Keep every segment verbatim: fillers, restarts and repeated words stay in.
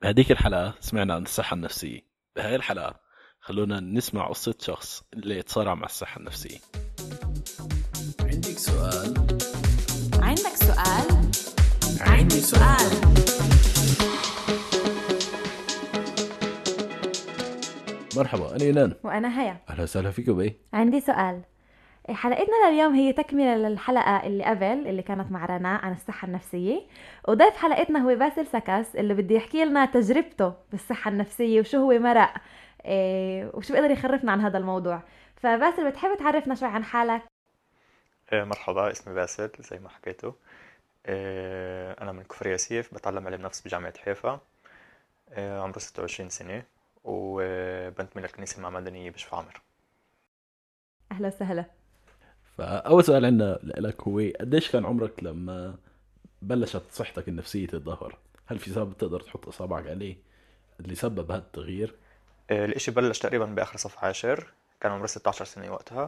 بهديك الحلقة سمعنا عن الصحة النفسية. بهاي الحلقة خلونا نسمع قصة شخص اللي يتصارع مع الصحة النفسية. عندك سؤال؟ عندك سؤال؟ عندي عندي سؤال. سؤال. مرحبا، أنا يونان. وأنا هيا. أهلا وسهلا فيكم بإيه؟ عندي سؤال. حلقتنا لليوم هي تكملة للحلقة اللي قبل اللي كانت مع رنا عن الصحة النفسية، وضيف حلقتنا هو باسل سكس اللي بده يحكي لنا تجربته بالصحة النفسية وشو هو مرق إيه وشو بيقدر يخرفنا عن هذا الموضوع. فباسل، بتحب تعرفنا شوي عن حالك؟ آه، مرحبا، اسمي باسل زي ما حكيتوا. آه، أنا من كفر ياسيف، بتعلم علم نفس بجامعة حيفا. آه، عمري ستة وعشرين سنة وبنتمي للكنيسة المعمدانية بشفع عمر. أهلا وسهلا. فأول سؤال عندنا لك هو قديش كان عمرك لما بلشت صحتك النفسية تتدهور؟ هل في سبب تقدر تحط إصابعك عليه اللي سبب هذا التغيير؟ آه، الإشي بلش تقريبا بآخر صف عاشر، كان عمري ستة عشر سنة وقتها.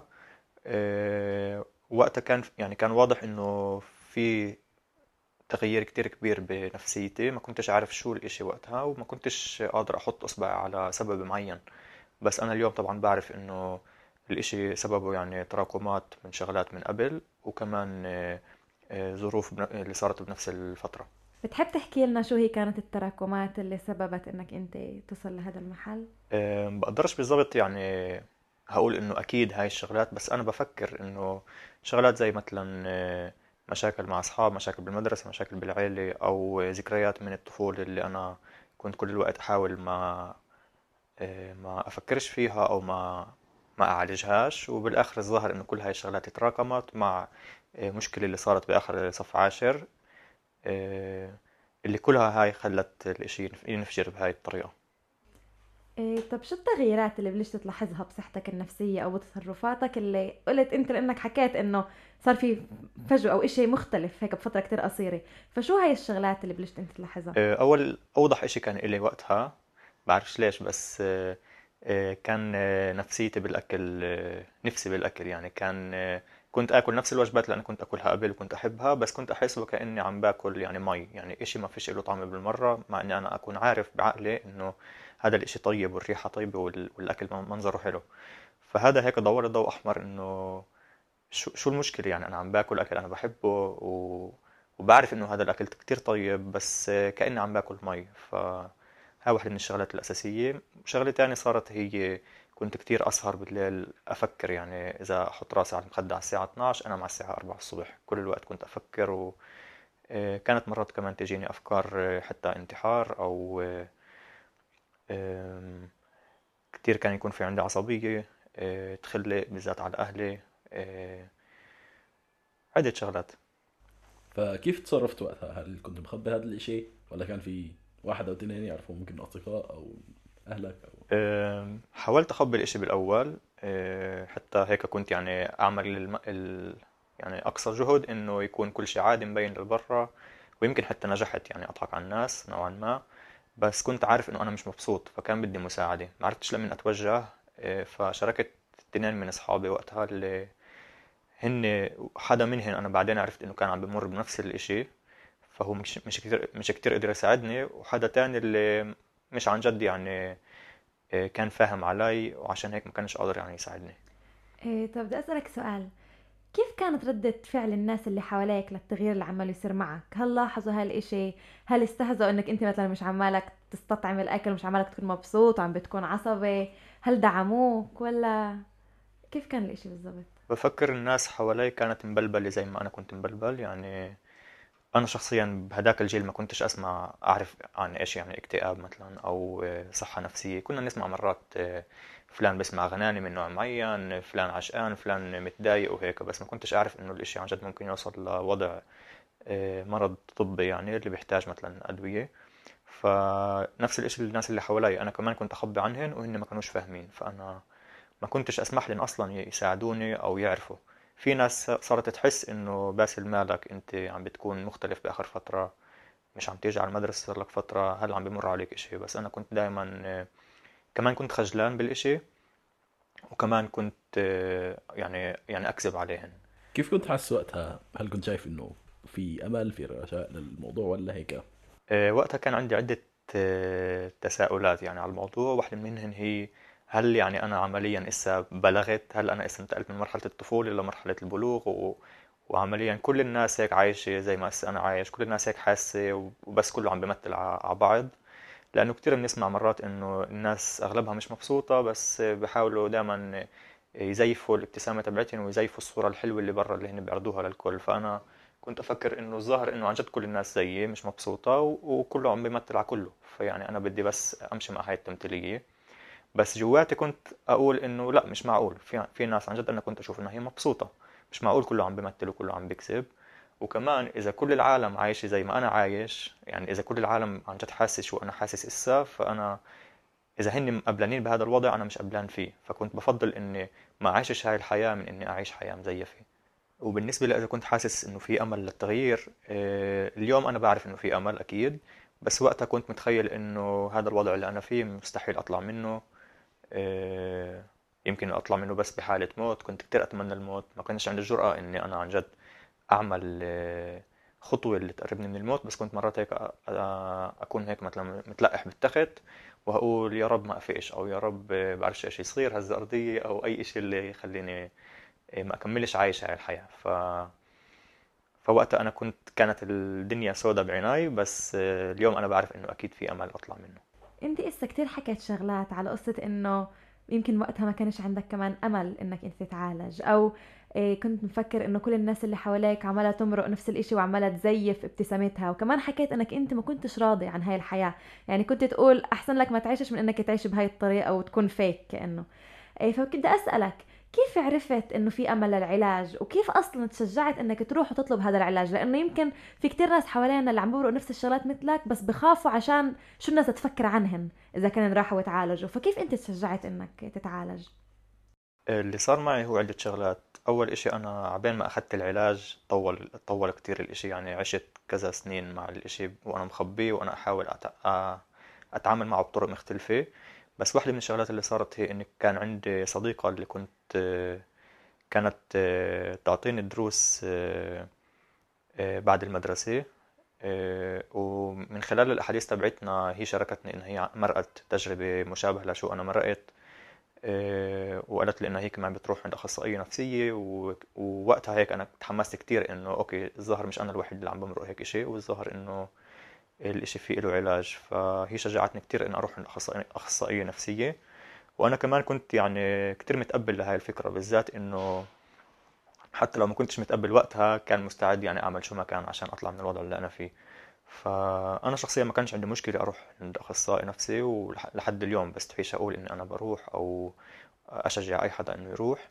آه، وقتها كان يعني كان واضح إنه في تغيير كتير كبير بنفسيتي، ما كنتش عارف شو الإشي وقتها وما كنتش قادر أحط إصبعي على سبب معين. بس أنا اليوم طبعا بعرف إنه الإشي سببه يعني تراكمات من شغلات من قبل، وكمان آه، آه، ظروف بن- اللي صارت بنفس الفترة. بتحب تحكي لنا شو هي كانت التراكمات اللي سببت انك انت تصل لهذا المحل؟ آه، بقدرش بالضبط يعني هقول إنه أكيد هاي الشغلات، بس أنا بفكر إنه شغلات زي مثلا آه، مشاكل مع أصحاب، مشاكل بالمدرسة، مشاكل بالعيلة، أو ذكريات من الطفولة اللي أنا كنت كل الوقت أحاول ما آه، ما أفكرش فيها أو ما ما أعالجهاش، وبالآخر الظاهر إنه كل هاي الشغلات تراكمت مع آه، مشكلة اللي صارت بآخر صف عاشر، آه، اللي كلها هاي خلت الإشي ينف- ينفجر بهاي الطريقة. إيه، طب شو التغييرات اللي بلشت تلاحظها بصحتك النفسية أو بتصرفاتك اللي قلت أنت لأنك حكيت إنه صار في فجوة أو إشي مختلف هيك بفترة كتير قصيرة؟ فشو هاي الشغلات اللي بلشت أنت تلاحظها؟ آه، أول أوضح إشي كان إلي وقتها، بعرفش ليش، بس آه، آه، كان آه، نفسيتي بالأكل، آه، نفسي بالأكل يعني كان آه، كنت آكل نفس الوجبات اللي أنا كنت أكلها قبل وكنت أحبها، بس كنت أحس وكأني عم باكل يعني مي، يعني إشي ما فيش له طعم بالمرة، مع إني أنا أكون عارف بعقلي إنه هذا الإشي طيب والريحة طيبة وال- والأكل منظره حلو. فهذا هيك دور ضوء أحمر إنه شو شو المشكلة، يعني أنا عم باكل أكل أنا بحبه و... وبعرف إنه هذا الأكل كتير طيب، بس كأني عم باكل مي. فهاي واحدة من الشغلات الأساسية. شغلة تانية صارت هي كنت كتير أسهر بالليل أفكر، يعني إذا أحط راسي على المخدة على الساعة اثناشر أنا مع الساعة أربعة الصبح كل الوقت كنت أفكر، وكانت مرات كمان تجيني أفكار آه، حتى انتحار أو آه، آم، كتير كان يكون في عندي عصبية، آه، تخلي بالذات على أهلي، آه، عدة شغلات. فكيف تصرفت وقتها؟ هل كنت مخبي هذا الإشي ولا كان في واحد أو اثنين يعرفوا، ممكن أصدقاء أو أهلك أو... أم، حاولت أخبي الإشي بالأول، أه، حتى هيك كنت يعني أعمل الم... ال... يعني أقصى جهد إنه يكون كل شيء عادي مبين للبرا، ويمكن حتى نجحت يعني أضحك على الناس نوعا ما. بس كنت عارف إنه أنا مش مبسوط، فكان بدي مساعدة، ما عرفتش لمين أتوجه. أه، فشاركت اثنين من أصحابي وقتها، اللي هن حدا منهم أنا بعدين عرفت إنه كان عم بمر بنفس الإشي، فهو مش مش كتير مش كتير قدر يساعدني، وحدا تاني اللي مش عن جد يعني إيه، كان فاهم علي، وعشان هيك ما كانش قادر يعني يساعدني. إيه، طب بدي أسألك سؤال. كيف كانت ردة فعل الناس اللي حواليك للتغيير اللي عمال يصير معك؟ هل لاحظوا هالإشي؟ هل استهزأوا انك انت مثلا مش عمالك تستطعم الأكل، مش عمالك تكون مبسوط وعم بتكون عصبي؟ هل دعموك ولا كيف كان الإشي بالضبط؟ بفكر الناس حوالي كانت مبلبلة زي ما أنا كنت مبلبل، يعني أنا شخصيا بهداك الجيل ما كنتش أسمع أعرف عن إيش يعني اكتئاب مثلا أو آه، صحة نفسية. كنا نسمع مرات آه، فلان بسمع أغاني من نوع معين، فلان عشقان، فلان متضايق وهيك، بس ما كنتش أعرف إنه الإشي عن جد ممكن يوصل لوضع آه، مرض طبي، يعني اللي بيحتاج مثلا أدوية. فنفس الإشي للناس اللي حوالي، أنا كمان كنت أخبي عنهن وهن ما كانوش فاهمين، فأنا ما كنتش اسمح لهم اصلا يساعدوني او يعرفوا. في ناس صارت تحس انه باسل مالك انت عم بتكون مختلف باخر فترة، مش عم تيجي على المدرسة صار لك فترة، هل عم بمر عليك اشي؟ بس انا كنت دائما كمان كنت خجلان بالاشي، وكمان كنت آه، يعني يعني اكذب عليهن. كيف كنت حاسس وقتها؟ هل كنت شايف إنه في أمل، في رجاء للموضوع ولا هيك؟ آه، وقتها كان عندي عدة آه، تساؤلات يعني على الموضوع. واحدة منهن هي هل يعني أنا عمليا إسا بلغت، هل أنا إسا انتقلت من مرحلة الطفولة لمرحلة البلوغ و... وعمليا كل الناس هيك عايشة زي ما إسا أنا عايش، كل الناس هيك حاسة وبس كله عم بيمثل ع- على بعض. لأنه كتير بنسمع مرات إنه الناس أغلبها مش مبسوطة، بس بيحاولوا دائما يزيفوا الابتسامة تبعتهم ويزيفوا الصورة الحلوة اللي برا اللي هن بيعرضوها للكل. فأنا كنت أفكر إنه الظاهر إنه عن جد كل الناس زيي مش مبسوطة و- وكله عم بيمثل على كله، فيعني أنا بدي بس أمشي مع هاي التمثيلية. بس جواتي كنت أقول إنه لا، مش معقول في في ناس عن جد أنا كنت أشوف إنها هي مبسوطة، مش معقول كله عم بيمثل وكله عم بيكذب. وكمان إذا كل العالم عايشة زي ما أنا عايش، يعني إذا كل العالم عن جد حاسس شو أنا حاسس إسا، فأنا إذا هن قبلانين بهذا الوضع أنا مش قبلان فيه. فكنت بفضل إني ما أعيشش هاي الحياة من إني أعيش حياة مزيفة. وبالنسبة لإذا كنت حاسس إنه في أمل للتغيير، آه، اليوم أنا بعرف إنه في أمل أكيد، بس وقتها كنت متخيل إنه هذا الوضع اللي أنا فيه مستحيل أطلع منه. آه، يمكن أطلع منه بس بحالة موت. كنت كتير أتمنى الموت، ما كانش عندي الجرأة إني أنا عن جد أعمل آه، خطوة اللي تقربني من الموت. بس كنت مرات هيك أ- أ- أكون هيك مثلا متلقح بالتخت وأقول يا رب ما أفيش، أو يا رب آه، بعرفش إيش يصير هزة أرضية أو أي إشي اللي يخليني آه، ما أكملش عايش هاي الحياة. ف... فوقتها أنا كنت كانت الدنيا سودة بعيناي، بس آه، اليوم أنا بعرف إنه أكيد في أمل أطلع منه. انت اسا كتير حكيت شغلات على قصة انه يمكن وقتها ما كانش عندك كمان امل انك انت تتعالج، او إيه كنت مفكر انه كل الناس اللي حواليك عمالة تمرق نفس الاشي وعمالة تزيف ابتسامتها، وكمان حكيت انك انت ما كنتش راضي عن هاي الحياة، يعني كنت تقول احسن لك ما تعيشش من انك تعيش بهاي الطريقة وتكون فيك كأنه. إيه فكنت أسألك كيف عرفت انه في امل للعلاج، وكيف اصلا تشجعت انك تروح وتطلب هذا العلاج؟ لانه يمكن في كتير ناس حوالينا اللي عم بمرقوا نفس الشغلات مثلك بس بخافوا عشان شو الناس تفكر عنهن اذا كانوا راحوا يتعالجوا، فكيف انت تشجعت انك تتعالج؟ اللي صار معي هو عدة شغلات. أول إشي أنا عبين ما أخدت العلاج طول طول كتير الإشي، يعني عشت كذا سنين مع الإشي وأنا مخبيه وأنا أحاول أت... أ- أتعامل معه بطرق مختلفة. بس واحدة من الشغلات اللي صارت هي إن كان عندي صديقة اللي كنت كانت تعطيني دروس آه، آه، بعد المدرسة. آه، ومن خلال الأحاديث تبعتنا هي شاركتني إن هي مرقت تجربة مشابهة لشو أنا مرقت. آه، وقالت لي إنها هي كمان بتروح عند أخصائية نفسية و- ووقتها هيك أنا تحمست كتير إنه أوكي الظاهر مش أنا الوحيد اللي عم بمرق هيك إشي، والظاهر إنه الإشي فيه له علاج. فهي شجعتني كتير إنه أروح عند أخصائية أخصائية نفسية. وأنا كمان كنت يعني كتير متقبل لهاي الفكرة، بالذات إنه حتى لو ما كنتش متقبل وقتها كان مستعد يعني أعمل شو ما كان عشان أطلع من الوضع اللي أنا فيه. فأنا شخصيا ما كانش عندي مشكلة أروح عند أخصائي نفسي، ولحد اليوم بستحيش أقول إني أنا بروح أو أشجع أي حدا إنه يروح.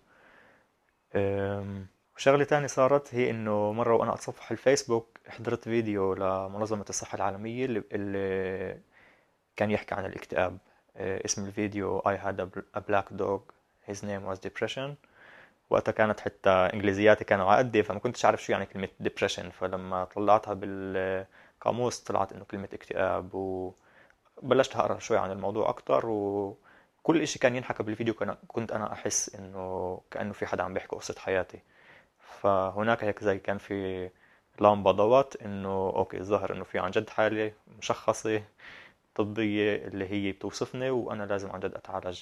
أم، وشغلة تانية صارت هي إنه مرة وأنا أتصفح الفيسبوك حضرت فيديو لمنظمة الصحة العالمية اللي, اللي كان يحكي عن الاكتئاب. أه، اسم الفيديو I had a bl- a black dog his name was depression. وقتها كانت حتى انجليزياتي كانوا على قدي، فما كنتش عارف شو يعني كلمة depression. فلما طلعتها بالقاموس طلعت انه كلمة اكتئاب، وبلشت اقرا شوي عن الموضوع اكتر. وكل اشي كان ينحكى بالفيديو كان كنت انا احس انه كأنه في حدا عم بيحكي قصة حياتي. فهناك هيك زي كان في لمبة ضوت انه اوكي الظاهر انه في عن جد حالة مشخصة طبية اللي هي بتوصفني، وانا لازم عن جد اتعالج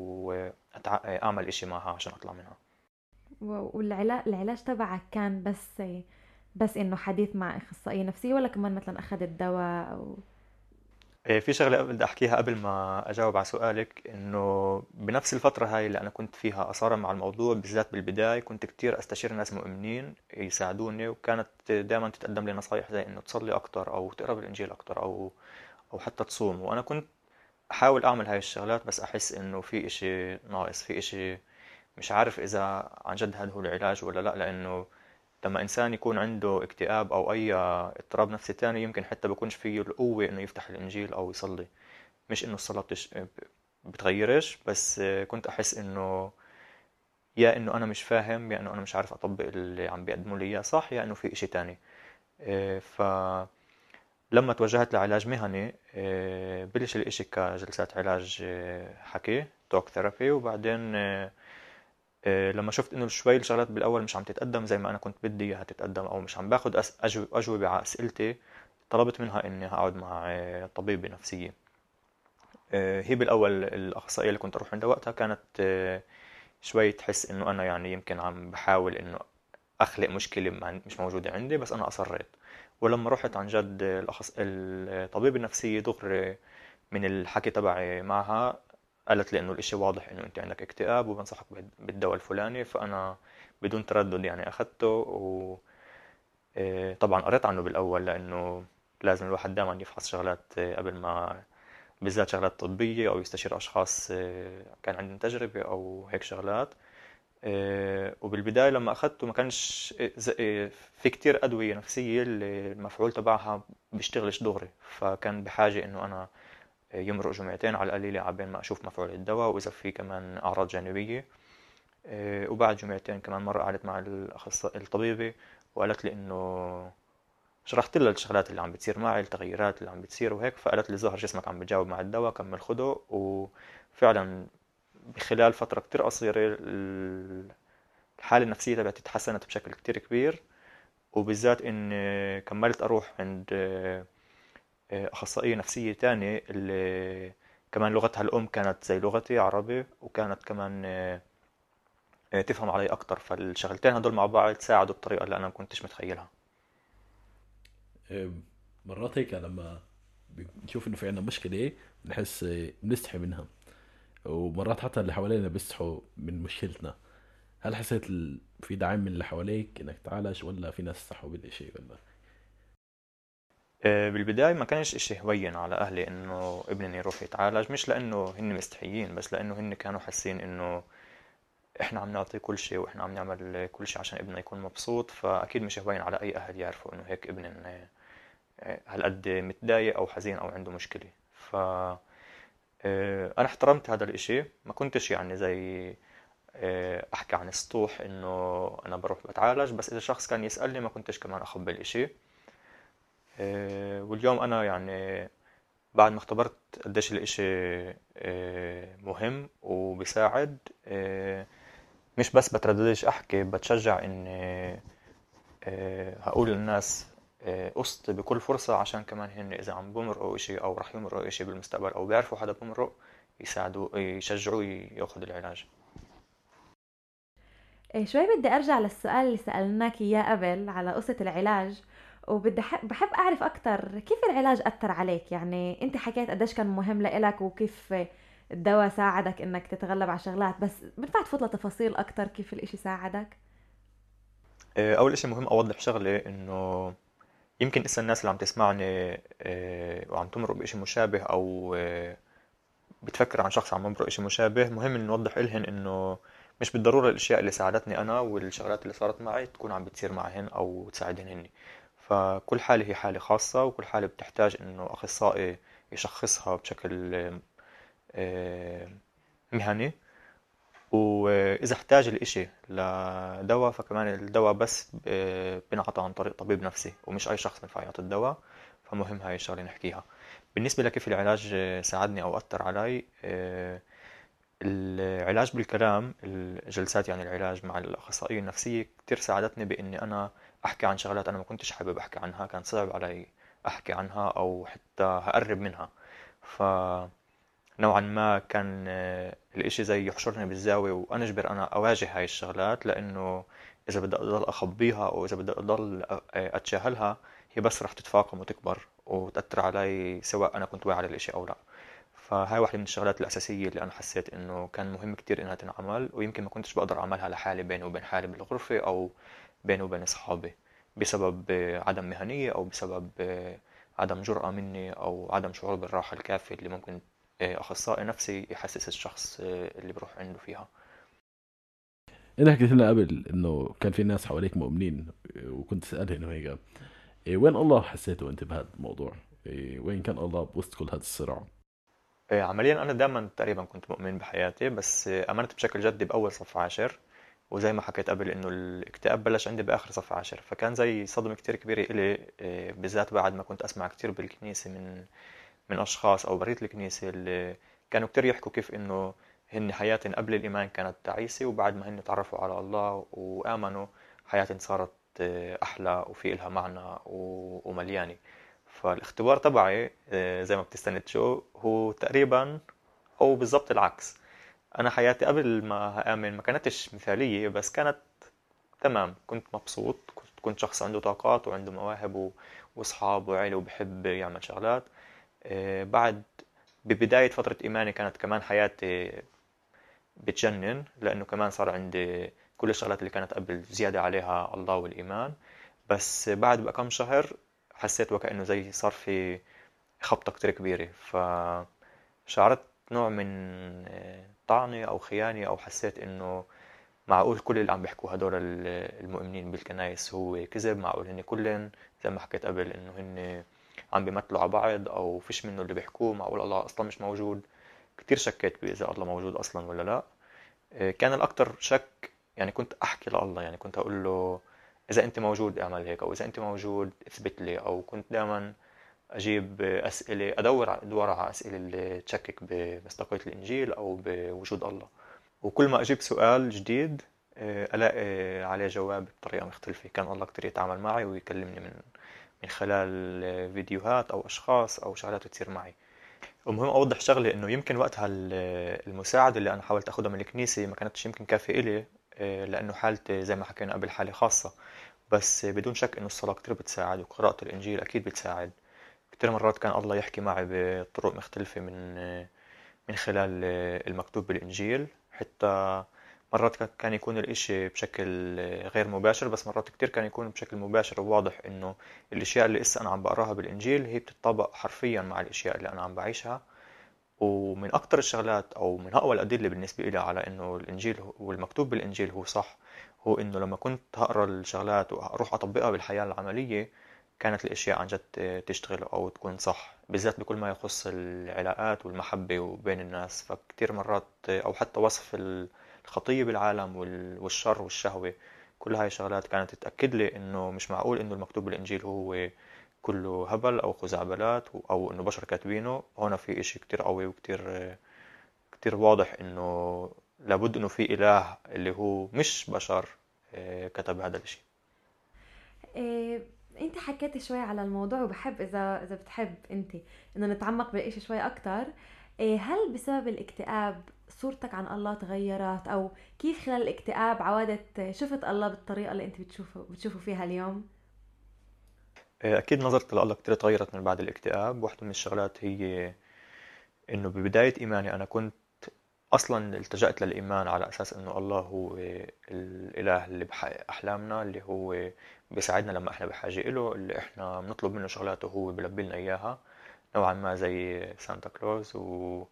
واعمل اشي معها عشان اطلع منها. والعلاج العلاج تبعك كان بس بس انه حديث مع اخصائية نفسية، ولا كمان مثلا اخذت دواء او؟ إيه، في شغلة بدي أحكيها قبل ما أجاوب على سؤالك. إنه بنفس الفترة هاي اللي أنا كنت فيها أصارع مع الموضوع، بالذات بالبداية كنت كتير أستشير ناس مؤمنين يساعدوني، وكانت دائما تتقدم لي نصايح زي إنه تصلي أكتر أو تقرأ بالإنجيل أكتر أو أو حتى تصوم. وأنا كنت أحاول أعمل هاي الشغلات، بس أحس إنه في إشي ناقص، في إشي مش عارف إذا عن جد هذا هو العلاج ولا لا. لأنه لما إنسان يكون عنده اكتئاب أو أي اضطراب نفسي تاني يمكن حتى بيكونش فيه القوة إنه يفتح الإنجيل أو يصلي. مش إنه الصلاة بتش... بتغيرش، بس كنت أحس إنه يا إنه أنا مش فاهم، يا إنه أنا مش عارف أطبق اللي عم بيقدموا لي إياه صح، يا إنه في إشي تاني. إيه، فلما توجهت لعلاج مهني، إيه، بلش الإشي كجلسات علاج إيه، حكي توك ثيرابي. وبعدين إيه، إيه، لما شفت إنه شوي الشغلات بالأول مش عم تتقدم زي ما أنا كنت بدي إياها تتقدم، أو مش عم باخد أس- أجو- أجوبة على أسئلتي، طلبت منها إني أقعد مع طبيبة نفسية. هي بالأول الأخصائية اللي كنت أروح عندها وقتها كانت شوي تحس إنه أنا يعني يمكن عم بحاول إنه أخلق مشكلة مش موجودة عندي، بس أنا أصريت. ولما رحت عن جد الأخص... الطبيبة النفسية دغري من الحكي تبعي معها قالت لي إنه الإشي واضح إنه أنت عندك اكتئاب وبنصحك بالدواء الفلاني. فأنا بدون تردد يعني أخذته. و إيه، طبعا قريت عنه بالأول لأنه لازم الواحد دائما يفحص شغلات إيه، قبل ما، بالذات شغلات طبية أو يستشير أشخاص إيه، كان عندهم تجربة أو هيك شغلات. إيه، وبالبداية لما أخذته ما كانش إيه، ز- إيه، في كتير أدوية نفسية اللي المفعول تبعها بيشتغلش دغري، فكان بحاجة إنه أنا يمرق جمعتين على القليلة عبين ما أشوف مفعول الدواء وإذا في كمان أعراض جانبية. إيه، وبعد جمعتين كمان مرة قعدت مع الأخصائية الطبيبة وقالت لي إنه، شرحت لها الشغلات اللي عم بتصير معي، التغيرات اللي عم بتصير وهيك، فقالت لي ظهر جسمك عم بتجاوب مع الدواء، كمل خده. وفعلا بخلال فترة كتير قصيرة الحالة النفسية تبعتي تحسنت بشكل كتير كبير. وبالذات إن كملت أروح عند أخصائية نفسية تانية اللي كمان لغتها الأم كانت زي لغتي عربي، وكانت كمان تفهم علي أكتر. فالشغلتين هدول مع بعض ساعدوا بطريقة اللي أنا ما كنتش متخيلها. إيه، مرات هيك لما بنشوف انه في عنا مشكلة بنحس إيه، بنستحي منها، ومرات حتى اللي حوالينا بيستحوا من مشكلتنا. هل حسيت ال- في دعم من اللي حواليك انك تعالج، ولا في ناس استحوا بالاشي ولا؟ آه، بالبداية ما كانش إشي هوين على أهلي إنه ابني يروح يتعالج، مش لأنه هن مستحيين، بس لأنه هن كانوا حاسين إنه إحنا عم نعطي كل شيء وإحنا عم نعمل كل شيء عشان ابننا يكون مبسوط. فأكيد مش هوين على أي أهل يعرفوا إنه هيك ابننا آه، هالقد متضايق أو حزين أو عنده مشكلة. ف آه، أنا احترمت هذا الإشي، ما كنتش يعني زي آه، أحكي عن السطوح إنه أنا بروح بتعالج، بس إذا شخص كان يسألني ما كنتش كمان أخبي الإشي. آه، واليوم أنا يعني بعد ما اختبرت قديش الإشي آه، مهم وبيساعد، آه، مش بس بترددش أحكي، بتشجع إني آه، هقول للناس آه، قصتي بكل فرصة، عشان كمان هن إذا عم بمرقوا إشي أو رح يمرقوا إشي بالمستقبل أو بيعرفوا حدا بمرق، يساعدوا يشجعوه ياخد العلاج. إيه، شوي بدي أرجع للسؤال اللي سألناك إياه قبل على قصة العلاج، وبدي ح- بحب أعرف أكتر كيف العلاج أثر عليك. يعني أنت حكيت قديش كان مهم لإلك وكيف الدواء ساعدك إنك تتغلب على شغلات، بس بنفع تفوت لتفاصيل أكتر كيف الإشي ساعدك؟ آه، أول إشي مهم أوضح شغلة إنه يمكن إسا الناس اللي عم تسمعني آه، وعم تمرق بإشي مشابه أو آه، بتفكر عن شخص عم يمرق إشي مشابه، مهم إن نوضح إلهن إنه مش بالضرورة الأشياء اللي ساعدتني أنا والشغلات اللي صارت معي تكون عم بتصير معهن أو تساعدهن هني. فكل حالة هي حالة خاصة، وكل حالة بتحتاج إنه أخصائي يشخصها بشكل آه، مهني. وإذا احتاج الإشي لدواء، فكمان الدواء بس ب- بنعطى عن طريق طبيب نفسي ومش أي شخص ينفع يعطي الدواء. فمهم هاي الشغلة نحكيها. بالنسبة لكيف العلاج ساعدني أو أثر علي، آه، العلاج بالكلام، الجلسات يعني العلاج مع الأخصائية النفسية كتير ساعدتني بإني أنا أحكي عن شغلات أنا ما كنتش حابب أحكي عنها، كان صعب علي أحكي عنها أو حتى هقرب منها. فنوعا ما كان آه، الإشي زي يحشرني بالزاوية وأنا أنا أواجه هاي الشغلات، لأنه إذا بدي أضل أخبيها أو إذا بدي أضل آه، أتجاهلها، هي بس رح تتفاقم وتكبر وتأثر علي سواء أنا كنت واعي على الإشي أو لا. فهاي واحدة من الشغلات الأساسية اللي أنا حسيت إنه كان مهم كتير إنها تنعمل، ويمكن ما كنتش بقدر أعملها لحالي بيني وبين حالي بالغرفة أو بيني وبين أصحابي، بسبب عدم مهنية أو بسبب عدم جرأة مني أو عدم شعور بالراحة الكافية اللي ممكن أخصائي نفسي يحسس الشخص اللي بروح عنده فيها. انت حكيت لنا قبل انه كان في ناس حواليك مؤمنين، وكنت تسألهم هيك إيه، وين الله حسيته انت بهذا الموضوع؟ إيه، وين كان الله بوسط كل هذا الصراع؟ عمليا أنا دائما تقريبا كنت مؤمن بحياتي، بس آمنت بشكل جدي بأول صف عاشر. وزي ما حكيت قبل إنه الاكتئاب بلش عندي بآخر صف عاشر، فكان زي صدمة كتير كبيرة إلي، آه، بالذات بعد ما كنت أسمع كتير بالكنيسة من من أشخاص أو بريت الكنيسة اللي كانوا كتير يحكوا كيف إنه هن حياتهم قبل الإيمان كانت تعيسة، وبعد ما هن تعرفوا على الله وآمنوا حياتهم صارت آه، أحلى وفي إلها معنى و- ومليانة. فالاختبار تبعي آه، زي ما بتستند شو هو تقريبا أو بالضبط العكس. أنا حياتي قبل ما آمن ما كانتش مثالية، بس كانت تمام. كنت مبسوط، كنت كنت شخص عنده طاقات وعنده مواهب و- وأصحاب وعيلة وبحب يعمل شغلات. آه، بعد ببداية فترة إيماني كانت كمان حياتي بتجنن، لأنه كمان صار عندي كل الشغلات اللي كانت قبل زيادة عليها الله والإيمان. بس بعد بقى كم شهر حسيت وكأنه زي صار في خبطة كتير كبيرة، فشعرت نوع من آه، طعنة أو خيانة، أو حسيت إنه معقول كل اللي عم بيحكوا هدول ال- المؤمنين بالكنايس هو كذب؟ معقول هن كلن زي ما حكيت قبل إنه هن عم بيمثلوا على بعض، أو فيش منه اللي بيحكوه؟ معقول الله أصلا مش موجود؟ كتير شكيت بإذا الله موجود أصلا ولا لا. آه، كان الأكتر شك يعني كنت أحكي لله، يعني كنت أقول له إذا أنت موجود اعمل هيك، أو إذا أنت موجود اثبت لي. أو كنت دائما أجيب أسئلة، أدور أدور على أسئلة اللي تشكك بمصداقية الإنجيل أو بوجود الله. وكل ما أجيب سؤال جديد آه، ألاقي عليه جواب بطريقة مختلفة. كان الله كتير يتعامل معي ويكلمني من من خلال فيديوهات أو أشخاص أو شغلات تصير معي. المهم أوضح شغلة، إنه يمكن وقتها ال- المساعدة اللي أنا حاولت أخذها من الكنيسة ما كانتش يمكن كافية إلي، آه، لأنه حالتي زي ما حكينا قبل حالة خاصة. بس بدون شك إنه الصلاة كتير بتساعد، وقراءة الإنجيل أكيد بتساعد. كتير مرات كان الله يحكي معي بطرق مختلفة من من خلال المكتوب بالإنجيل. حتى مرات كان كان يكون الإشي بشكل غير مباشر، بس مرات كتير كان يكون بشكل مباشر وواضح إنه الأشياء اللي لسه أنا عم بقراها بالإنجيل هي بتتطابق حرفيا مع الأشياء اللي أنا عم بعيشها. ومن أكتر الشغلات أو من أقوى الأدلة بالنسبة لي على إنه الإنجيل هو- والمكتوب بالإنجيل هو صح، هو إنه لما كنت هقرا الشغلات وأروح أطبقها بالحياة العملية كانت الأشياء عن جد تشتغل أو تكون صح، بالذات بكل ما يخص العلاقات والمحبة وبين الناس. فكتير مرات أو حتى وصف الخطية بالعالم وال- والشر والشهوة، كل هاي الشغلات كانت تأكد لي إنه مش معقول إنه المكتوب بالإنجيل هو كله هبل أو خزعبلات أو إنه بشر كاتبينه. هون في إشي كتير قوي وكتير كتير واضح إنه لابد إنه في إله اللي هو مش بشر آه، كتب هذا الإشي. إيه، انت حكيت شوي على الموضوع، وبحب اذا اذا بتحب انت انه نتعمق بالإشي شوي اكتر. إيه، هل بسبب الاكتئاب صورتك عن الله تغيرت، او كيف خلال الاكتئاب عودت شفت الله بالطريقة اللي انت بتشوفه بتشوفه فيها اليوم؟ آه، أكيد نظرتي لله كتير تغيرت من بعد الاكتئاب. واحدة من الشغلات هي إنه ببداية إيماني أنا كنت أصلا التجأت للإيمان على أساس إنه الله هو الإله اللي بحقق أحلامنا، اللي هو بيساعدنا لما إحنا بحاجة إله، اللي إحنا بنطلب منه شغلاته وهو بيلبي لنا إياها، نوعا ما زي سانتا كلوز. ولما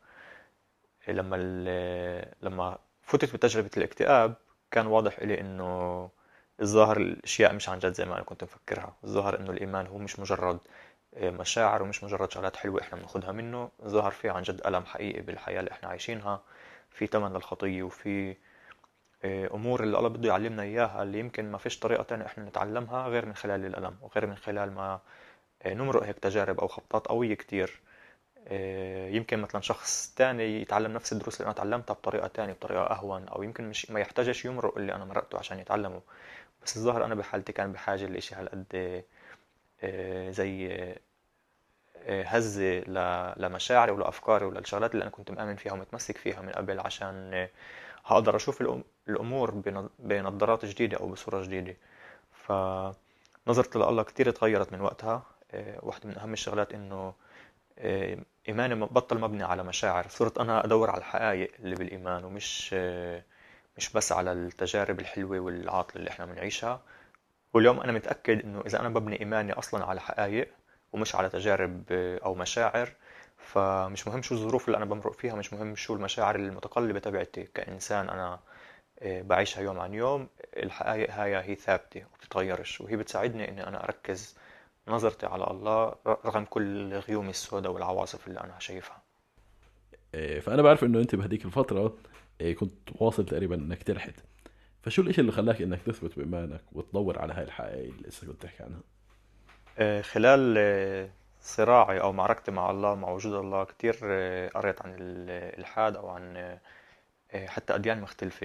ال- لما فتت بتجربة الاكتئاب كان واضح إلي إنه الظاهر الأشياء مش عن جد زي ما أنا كنت مفكرها. الظاهر إنه الإيمان هو مش مجرد مشاعر ومش مجرد شغلات حلوة إحنا بناخدها منه. ظهر فيه عن جد ألم حقيقي بالحياة اللي إحنا عايشينها، في ثمن للخطية، وفي آه، أمور اللي الله بده يعلمنا إياها اللي يمكن ما فيش طريقة تانية إحنا نتعلمها غير من خلال الألم، وغير من خلال ما آه، نمرق هيك تجارب أو خبطات قوية كتير. آه، يمكن مثلا شخص تاني يتعلم نفس الدروس اللي أنا تعلمتها بطريقة تانية، بطريقة أهون، أو يمكن مش ما يحتاجش يمرق اللي أنا مرقته عشان يتعلمه. بس الظاهر أنا بحالتي كان بحاجة لإشي هالقد آه، زي آه، هزة ل- لمشاعري ولأفكاري وللشغلات اللي أنا كنت مآمن فيها ومتمسك فيها من قبل، عشان آه، هقدر أشوف الأم- الأمور بن- بنظارات جديدة أو بصورة جديدة. فنظرتي لله كتير تغيرت من وقتها. آه، واحدة من أهم الشغلات إنه آه، إيماني بطل مبني على مشاعر. صرت أنا أدور على الحقائق اللي بالإيمان، ومش آه، مش بس على التجارب الحلوة والعاطلة اللي إحنا بنعيشها. واليوم أنا متأكد إنه إذا أنا ببني إيماني أصلا على حقائق ومش على تجارب أو مشاعر، فمش مهم شو الظروف اللي أنا بمرق فيها، مش مهم شو المشاعر المتقلبة تبعتي كإنسان أنا بعيشها يوم عن يوم. الحقائق هاي هي ثابتة وبتتغيرش، وهي بتساعدني إني أنا أركز نظرتي على الله رغم كل غيومي السوداء والعواصف اللي أنا شايفها. إيه، فانا بعرف انه انت بهديك الفتره إيه، كنت واصل تقريبا انك تلحد. فشو الاشي اللي خلاك انك تثبت بايمانك وتدور على هاي الحقائق اللي لسه كنت تحكي عنها؟ آه، خلال آه، صراعي أو معركتي مع الله، مع وجود الله، كتير آه، قريت عن الإلحاد أو عن آه، حتى أديان مختلفة.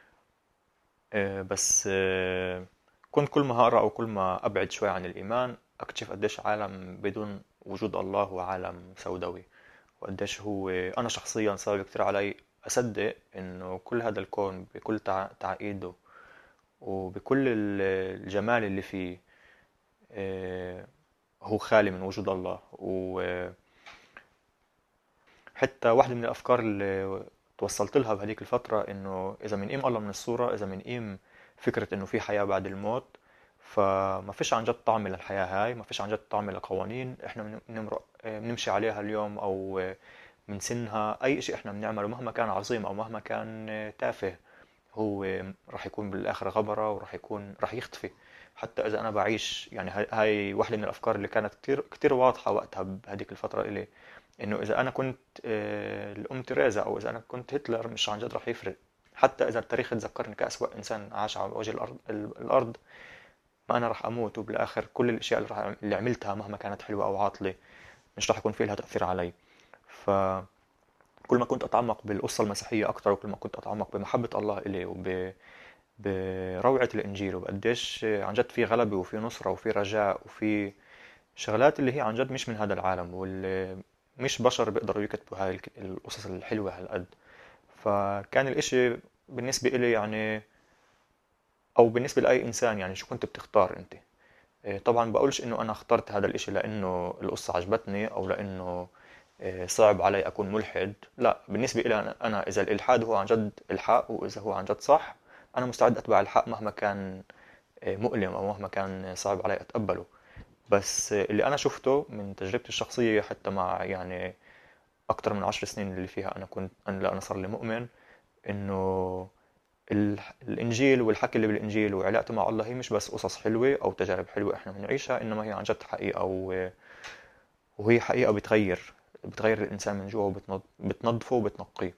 آه، بس آه، كنت كل ما هقرأ أو كل ما أبعد شوي عن الإيمان أكتشف قديش عالم بدون وجود الله هو عالم سوداوي، وقديش هو أنا شخصيا صعب كتير علي أصدق إنه كل هذا الكون بكل تع- تعقيده وبكل ال- الجمال اللي فيه آه، هو خالي من وجود الله. وحتى واحدة من الأفكار اللي توصلت لها بهذيك الفترة إنه إذا منقيم الله من الصورة، إذا منقيم فكرة إنه في حياة بعد الموت، فما فيش عن جد طعم للحياة هاي، ما فيش عن جد طعم لقوانين إحنا بن- بنمرق آه، بنمشي عليها اليوم، أو آه، من سنها أي شيء إحنا بنعمله مهما كان عظيم أو مهما كان آه، تافه، هو راح يكون بالآخر غبرة وراح يكون راح يختفي. حتى إذا أنا بعيش يعني هاي هاي واحدة من الأفكار اللي كانت كتير كتير واضحة وقتها بهذيك الفترة إلي، إنه إذا أنا كنت آه، الأم تيريزا أو إذا أنا كنت هتلر مش عن جد راح يفرق. حتى إذا التاريخ تذكرني كأسوأ إنسان عاش على وجه الأرض الأرض، ما أنا راح أموت، وبالآخر كل الأشياء اللي, راح اللي عملتها مهما كانت حلوة أو عاطلة مش راح يكون في لها تأثير علي. فكل ما كنت أتعمق بالقصة المسيحية أكتر، وكل ما كنت أتعمق بمحبة الله إلي وب بروعة الإنجيل وبقديش عن جد في غلبة وفي نصرة وفي رجاء وفي شغلات اللي هي عن جد مش من هذا العالم، واللي مش بشر بيقدروا يكتبوا هاي الك- القصص الحلوة هالقد. فكان الإشي بالنسبة إلي يعني، أو بالنسبة لأي إنسان، يعني شو كنت بتختار أنت؟ إيه، طبعا بقولش إنه أنا اخترت هذا الإشي لأنه القصة عجبتني أو لأنه إيه، صعب علي أكون ملحد. لا، بالنسبة إلي أنا أنا إذا الإلحاد هو عن جد الحق وإذا هو عن جد صح، أنا مستعد أتبع الحق مهما كان إيه، مؤلم أو مهما كان صعب علي أتقبله. بس اللي أنا شفته من تجربتي الشخصية حتى مع يعني أكتر من عشر سنين اللي فيها أنا كنت أنا لا أنا صار لي مؤمن إنه ال- الإنجيل والحكي اللي بالإنجيل وعلاقته مع الله هي مش بس قصص حلوة أو تجارب حلوة إحنا بنعيشها، إنما هي عن جد حقيقة، و- وهي حقيقة بتغير بتغير الإنسان من جوا وبتنظفه وبتنقيه.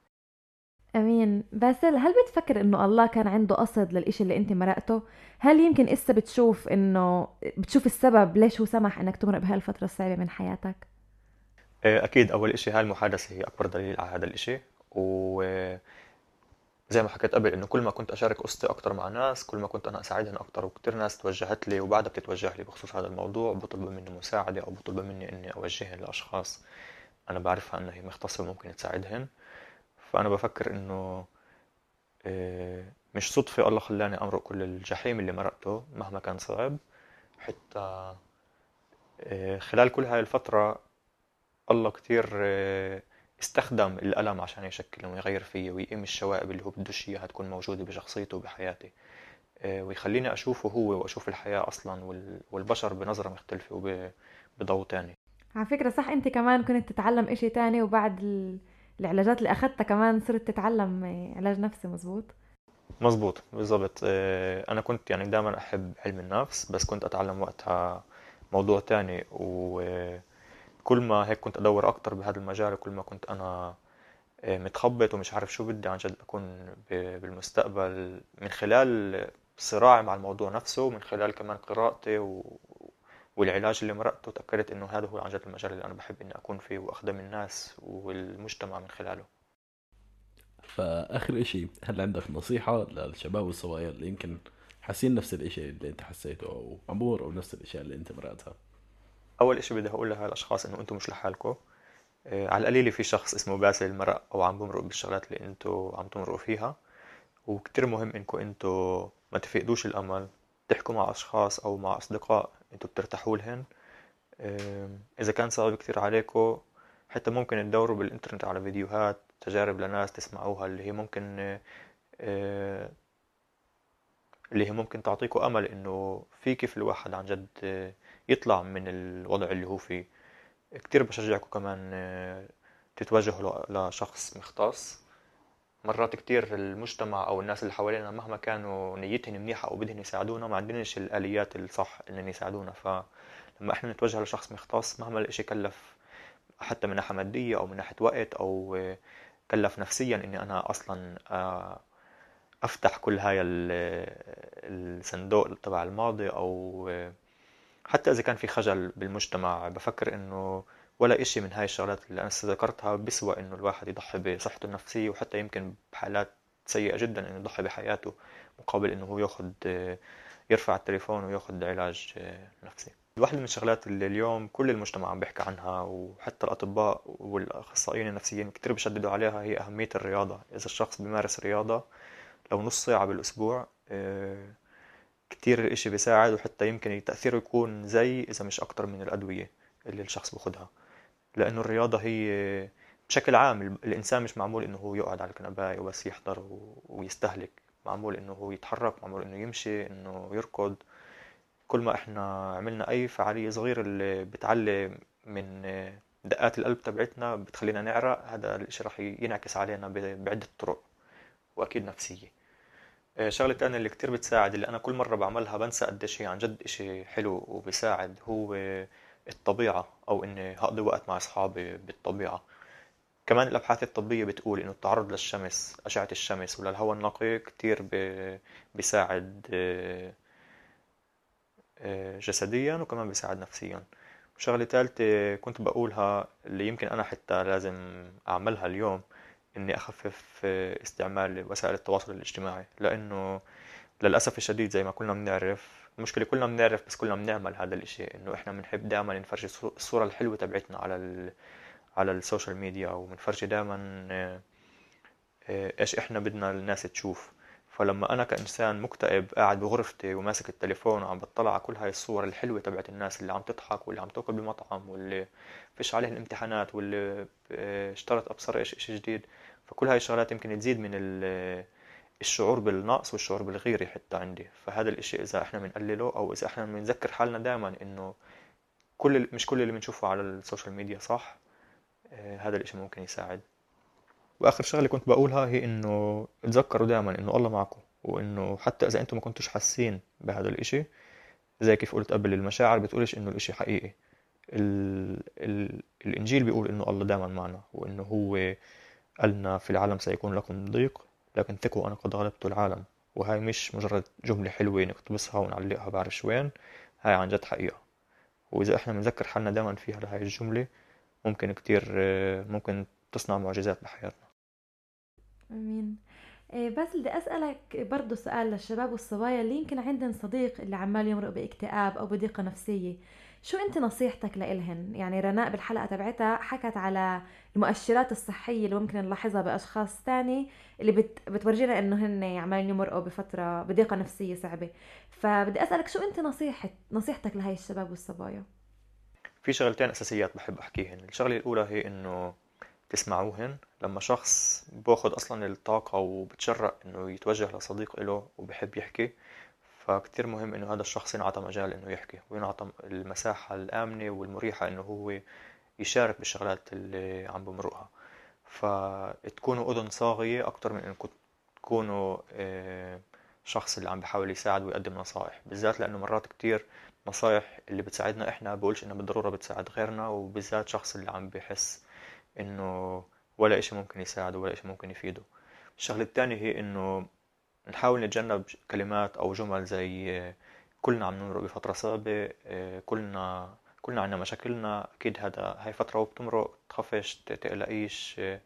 أمين. باسل، هل بتفكر إنه الله كان عنده قصد للإشي اللي أنت مرقته؟ هل يمكن إسا بتشوف إنه بتشوف السبب ليش هو سمح إنك تمرق بهالفترة الصعبة من حياتك؟ آه، أكيد أول إشي هاي المحادثة هي أكبر دليل على هذا الإشي. وزي ما حكيت قبل إنه كل ما كنت أشارك قصتي أكتر مع ناس كل ما كنت أنا أساعدهم أكتر، وكتير ناس توجهت لي وبعدها بتتوجه لي بخصوص هذا الموضوع، بطلبوا مني مساعدة أو بطلبوا مني إني أوجههم لأشخاص أنا بعرفها إنها هي مختصة وممكن تساعدهن. فأنا بفكر إنه آه، مش صدفة الله خلاني أمرق كل الجحيم اللي مرقته مهما كان صعب. حتى آه، خلال كل هاي الفترة الله كتير آه، استخدم الألم عشان يشكل ويغير فيي ويقيم الشوائب اللي هو بدوش إياها تكون موجودة بشخصيته وبحياتي، آه، ويخليني أشوفه هو وأشوف الحياة أصلا وال- والبشر بنظرة مختلفة وبضوء تاني. على فكرة صح، أنت كمان كنت تتعلم إشي تاني، وبعد ال- العلاجات اللي أخدتها كمان صرت تتعلم آه، علاج نفسي، مزبوط؟ مظبوط بالضبط. آه، أنا كنت يعني دائما أحب علم النفس، بس كنت أتعلم وقتها موضوع تاني، وكل ما هيك كنت أدور أكتر بهذا المجال كل ما كنت أنا آه، متخبط ومش عارف شو بدي عن جد أكون ب- بالمستقبل، من خلال صراعي مع الموضوع نفسه ومن خلال كمان قراءتي و... والعلاج اللي مرقته تأكدت إنه هذا هو عن جد المجال اللي أنا بحب إني أكون فيه وأخدم الناس والمجتمع من خلاله. فآخر إشي، هل عندك نصيحة للشباب والصغير اللي يمكن حاسين نفس الإشي اللي أنت حسيته أو عمور أو نفس الأشياء اللي أنت مرقتها؟ أول إشي بدي أقول لهالأشخاص إنه أنتم مش لحالكم. آه، على القليلة في شخص اسمه باسل مرق أو عم بمرق بالشغلات اللي أنتم عم تمرقوا فيها، وكتير مهم إنكم أنتم ما تفقدوش الأمل، تحكوا مع أشخاص أو مع أصدقاء أنتم بترتاحوا لهن. أم، إذا كان صعب كتير عليكم حتى ممكن تدوروا بالإنترنت على فيديوهات تجارب لناس تسمعوها اللي هي ممكن أه، اللي هي ممكن تعطيكم أمل إنه في كيف الواحد عن جد أه، يطلع من الوضع اللي هو فيه. كتير بشجعكم كمان أه، تتوجهوا ل- لشخص مختص. مرات كتير المجتمع أو الناس اللي حوالينا مهما كانوا نيتهم منيحة أو بدهم يساعدونا ما عندناش الآليات الصح إنهم يساعدونا، فلما إحنا نتوجه لشخص مختص مهما الإشي كلف حتى من ناحية مادية أو من ناحية وقت أو كلف نفسيا إني أنا أصلا آه، أفتح كل هاي ال- الصندوق تبع الماضي، أو حتى إذا كان في خجل بالمجتمع بفكر إنه ولا إشي من هاي الشغلات اللي أنا ذكرتها بيسوى إنه الواحد يضحي بصحته النفسية، وحتى يمكن بحالات سيئة جدا إنه يضحي بحياته مقابل إنه هو ياخد يرفع التليفون وياخد علاج نفسي. واحدة من الشغلات اللي اليوم كل المجتمع عم بيحكي عنها، وحتى الأطباء والأخصائيين النفسيين كتير بيشددوا عليها، هي أهمية الرياضة. إذا الشخص بيمارس رياضة لو نص ساعة بالأسبوع آه، كتير إشي بيساعد، وحتى يمكن تأثيره يكون زي إذا مش أكتر من الأدوية اللي الشخص بياخدها. لأنه الرياضة هي بشكل عام ال- الإنسان مش معمول إنه هو يقعد على الكنباية وبس يحضر و- ويستهلك. معمول إنه هو يتحرك، معمول إنه يمشي، إنه يركض. كل ما إحنا عملنا أي فعالية صغيرة اللي بتعلي من دقات القلب تبعتنا بتخلينا نعرق، هذا الإشي رح ينعكس علينا ب- بعدة طرق، وأكيد نفسية. آه، شغلة تانية اللي كتير بتساعد، اللي أنا كل مرة بعملها بنسى قديش هي عن جد إشي حلو وبيساعد، هو الطبيعة، أو إني هقضي وقت مع أصحابي بالطبيعة. كمان الأبحاث الطبية بتقول إنه التعرض للشمس، أشعة الشمس وللهواء النقي كتير ب- بيساعد آه، آه، جسديا، وكمان بيساعد نفسيا. وشغلة ثالثة كنت بقولها اللي يمكن أنا حتى لازم أعملها اليوم، إني أخفف آه، استعمال وسائل التواصل الاجتماعي. لأنه للأسف الشديد زي ما كلنا بنعرف، المشكلة كلنا بنعرف بس كلنا بنعمل هذا الإشي، إنه إحنا بنحب دائما نفرجي الصو- الصورة الحلوة تبعتنا على ال... على السوشيال ميديا، وبنفرجي دائما آه، آه، إيش إحنا بدنا الناس تشوف. فلما أنا كإنسان مكتئب قاعد بغرفتي وماسك التليفون وعم بطلع على كل هاي الصور الحلوة تبعت الناس اللي عم تضحك، واللي عم تاكل بمطعم، واللي فيش عليه الامتحانات، واللي آه، اشترت أبصر إيش إشي جديد، فكل هاي الشغلات يمكن تزيد من ال- الشعور بالنقص والشعور بالغيرة حتى عندي. فهذا الاشي اذا احنا بنقلله، او اذا احنا بنذكر حالنا دائما انه كل مش كل اللي بنشوفه على السوشيال ميديا صح، آه، هذا الاشي ممكن يساعد. واخر شغله كنت بقولها هي انه تذكروا دائما انه الله معكم، وانه حتى اذا انتم ما كنتوش حاسين بهذا الاشي، زي كيف قلت قبل، المشاعر بتقولش انه الاشي حقيقي. ال... ال... الانجيل بيقول انه الله دائما معنا، وانه هو قالنا في العالم سيكون لكم ضيق، لكن ثقوا أنا قد غلبت العالم. وهاي مش مجرد جملة حلوة نقتبسها ونعلقها بعرف وين، هاي عن جد حقيقة. وإذا إحنا بنذكر حالنا دائما فيها لهاي الجملة، ممكن كتير ممكن تصنع معجزات بحياتنا. امين. إيه، بس بدي اسالك برضه سؤال للشباب والصبايا اللي يمكن عندهم صديق اللي عمال يمرق باكتئاب او بضيقه نفسيه، شو انت نصيحتك لإلهن؟ يعني رناء بالحلقه تبعتها حكت على المؤشرات الصحيه اللي ممكن نلاحظها باشخاص تاني اللي بت... بتورجينا انه هن عمالين يمرقوا بفتره بضيقه نفسيه صعبه. فبدي اسالك شو انت نصيحه نصيحتك لهي الشباب والصبايا؟ في شغلتين أساسيات بحب أحكيهن. الشغلة الأولى هي إنه تسمعوهن. لما شخص باخد أصلا الطاقة وبتشرق إنه يتوجه لصديق إله وبحب يحكي، فكتير مهم إنه هذا الشخص ينعطى مجال إنه يحكي، وينعطى المساحة الآمنة والمريحة إنه هو يشارك بالشغلات اللي عم بمرقها. فتكونوا أذن صاغية أكتر من إنكم تكونوا آه، شخص اللي عم بحاول يساعد ويقدم نصائح، بالذات لأنه مرات كتير نصائح اللي بتساعدنا إحنا بقولش إنها بالضرورة بتساعد غيرنا، وبالذات شخص اللي عم بحس إنه ولا إشي ممكن يساعده ولا إشي ممكن يفيده. الشغلة التانية هي إنه نحاول نتجنب كلمات أو جمل زي آه، كلنا عم نمرق بفترة صعبة، آه، كلنا كلنا عنا مشاكلنا، أكيد هذا هاي فترة وبتمرق، تخافش تقلقيش، آه،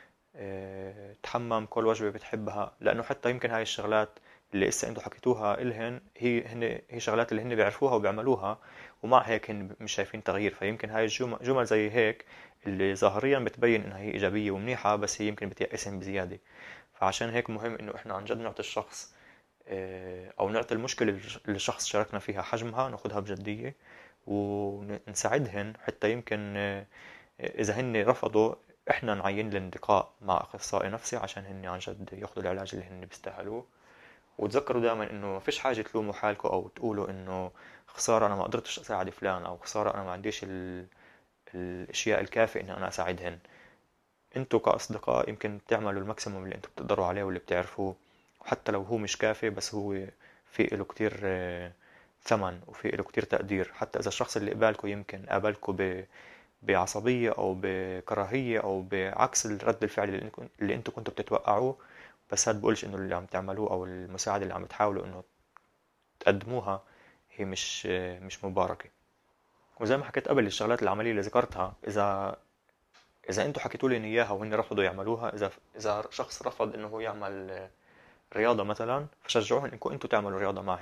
آه، تحمم كل وجبة بتحبها. لأنه حتى يمكن هاي الشغلات اللي إسا أنتوا حكيتوها إلهن هي هن هي شغلات اللي هن بيعرفوها وبيعملوها، ومع هيك هن مش شايفين تغيير. فيمكن هاي الجمل جمل زي هيك اللي ظاهريا بتبين إنها هي إيجابية ومنيحة، بس هي يمكن بتيأسهم بزيادة. فعشان هيك مهم إنه إحنا عن جد نعطي الشخص آه، أو نعطي المشكلة اللي الشخص شاركنا فيها حجمها، ناخدها بجدية ونساعدهن. حتى يمكن آه، إذا هن رفضوا، إحنا نعين لهم لقاء مع أخصائي نفسي عشان هن عن جد ياخدوا العلاج اللي هن بيستاهلوه. وتذكروا دائما إنه ما فيش حاجة تلوموا حالكم أو تقولوا إنه خسارة أنا ما قدرتش أساعد فلان، أو خسارة أنا ما عنديش ال... الأشياء الكافية إن أنا أساعدهن. انتوا كأصدقاء يمكن تعملوا الماكسيموم اللي انتوا بتقدروا عليه واللي بتعرفوه، وحتى لو هو مش كافي بس هو في له كتير آه، ثمن وفي له كتير تقدير. حتى إذا الشخص اللي قبالكم يمكن قابلكم ب- بعصبية أو بكراهية أو بعكس الرد الفعل اللي انتوا اللي انتوا كنتوا بتتوقعوه، بس هاد بقولش إنه اللي عم تعملوه أو المساعدة اللي عم تحاولوا إنه تقدموها هي مش آه، مش مباركة. وزي ما حكيت قبل، الشغلات العملية اللي ذكرتها، إذا اذا انتوا حكيتوا لي ان اياها وهن رفضوا يعملوها، اذا اذا شخص رفض انه هو يعمل رياضه مثلا، فشجعوهن انكم انتوا تعملوا رياضه معهن.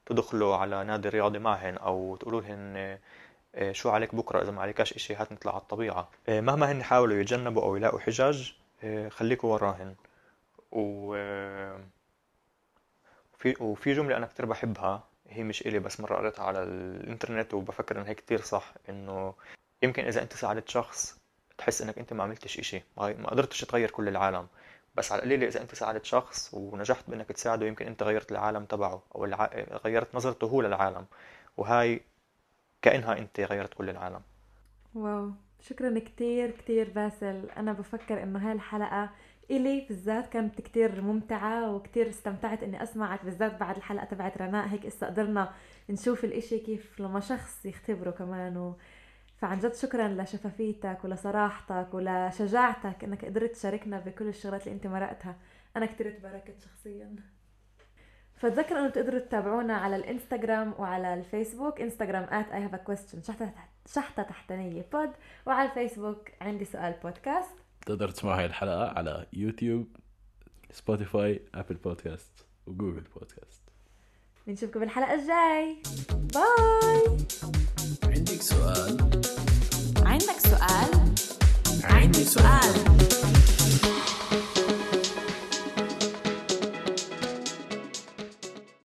تدخلوا على نادي رياضي معهن أو تقولوا لهن آه، شو عليك بكرة إذا ما عليكاش إشي هات نطلع على الطبيعة. آه، مهما هن حاولوا يتجنبوا أو يلاقوا حجاج آه، خليكوا وراهن. و آه، في وفي جملة أنا كتير بحبها، هي مش إلي بس مرة قريتها على الإنترنت وبفكر إن هي كتير صح، إنه يمكن إذا أنت ساعدت شخص تحس إنك أنت ما عملتش إشي، ما ما قدرتش تغير كل العالم، بس على القليلة إذا أنت ساعدت شخص ونجحت بإنك تساعده يمكن أنت غيرت العالم تبعه أو الع... غيرت نظرته هو للعالم، وهاي كأنها أنت غيرت كل العالم. واو، شكرا كتير كتير باسل. أنا بفكر إنه هاي الحلقة إلي بالذات كانت كتير ممتعة وكتير استمتعت إني أسمعك، بالذات بعد الحلقة تبعت رناء. هيك استقدرنا نشوف الإشي كيف لما شخص يختبره كمان و... فعن جد شكرا لشفافيتك ولصراحتك ولشجاعتك إنك قدرت تشاركنا بكل الشغلات اللي أنت مرقتها. أنا كتير تباركت شخصيا. فتذكروا انه تقدروا تتابعونا على الانستغرام وعلى الفيسبوك. انستغرام at I have a question شحطة شحطة تحتانية بود، وعلى الفيسبوك عندي سؤال بودكاست. تقدر تسمع هاي الحلقة على يوتيوب، سبوتيفاي، أبل بودكاست وجوجل بودكاست. بنشوفكم بالحلقة الجاي. باي. عندك سؤال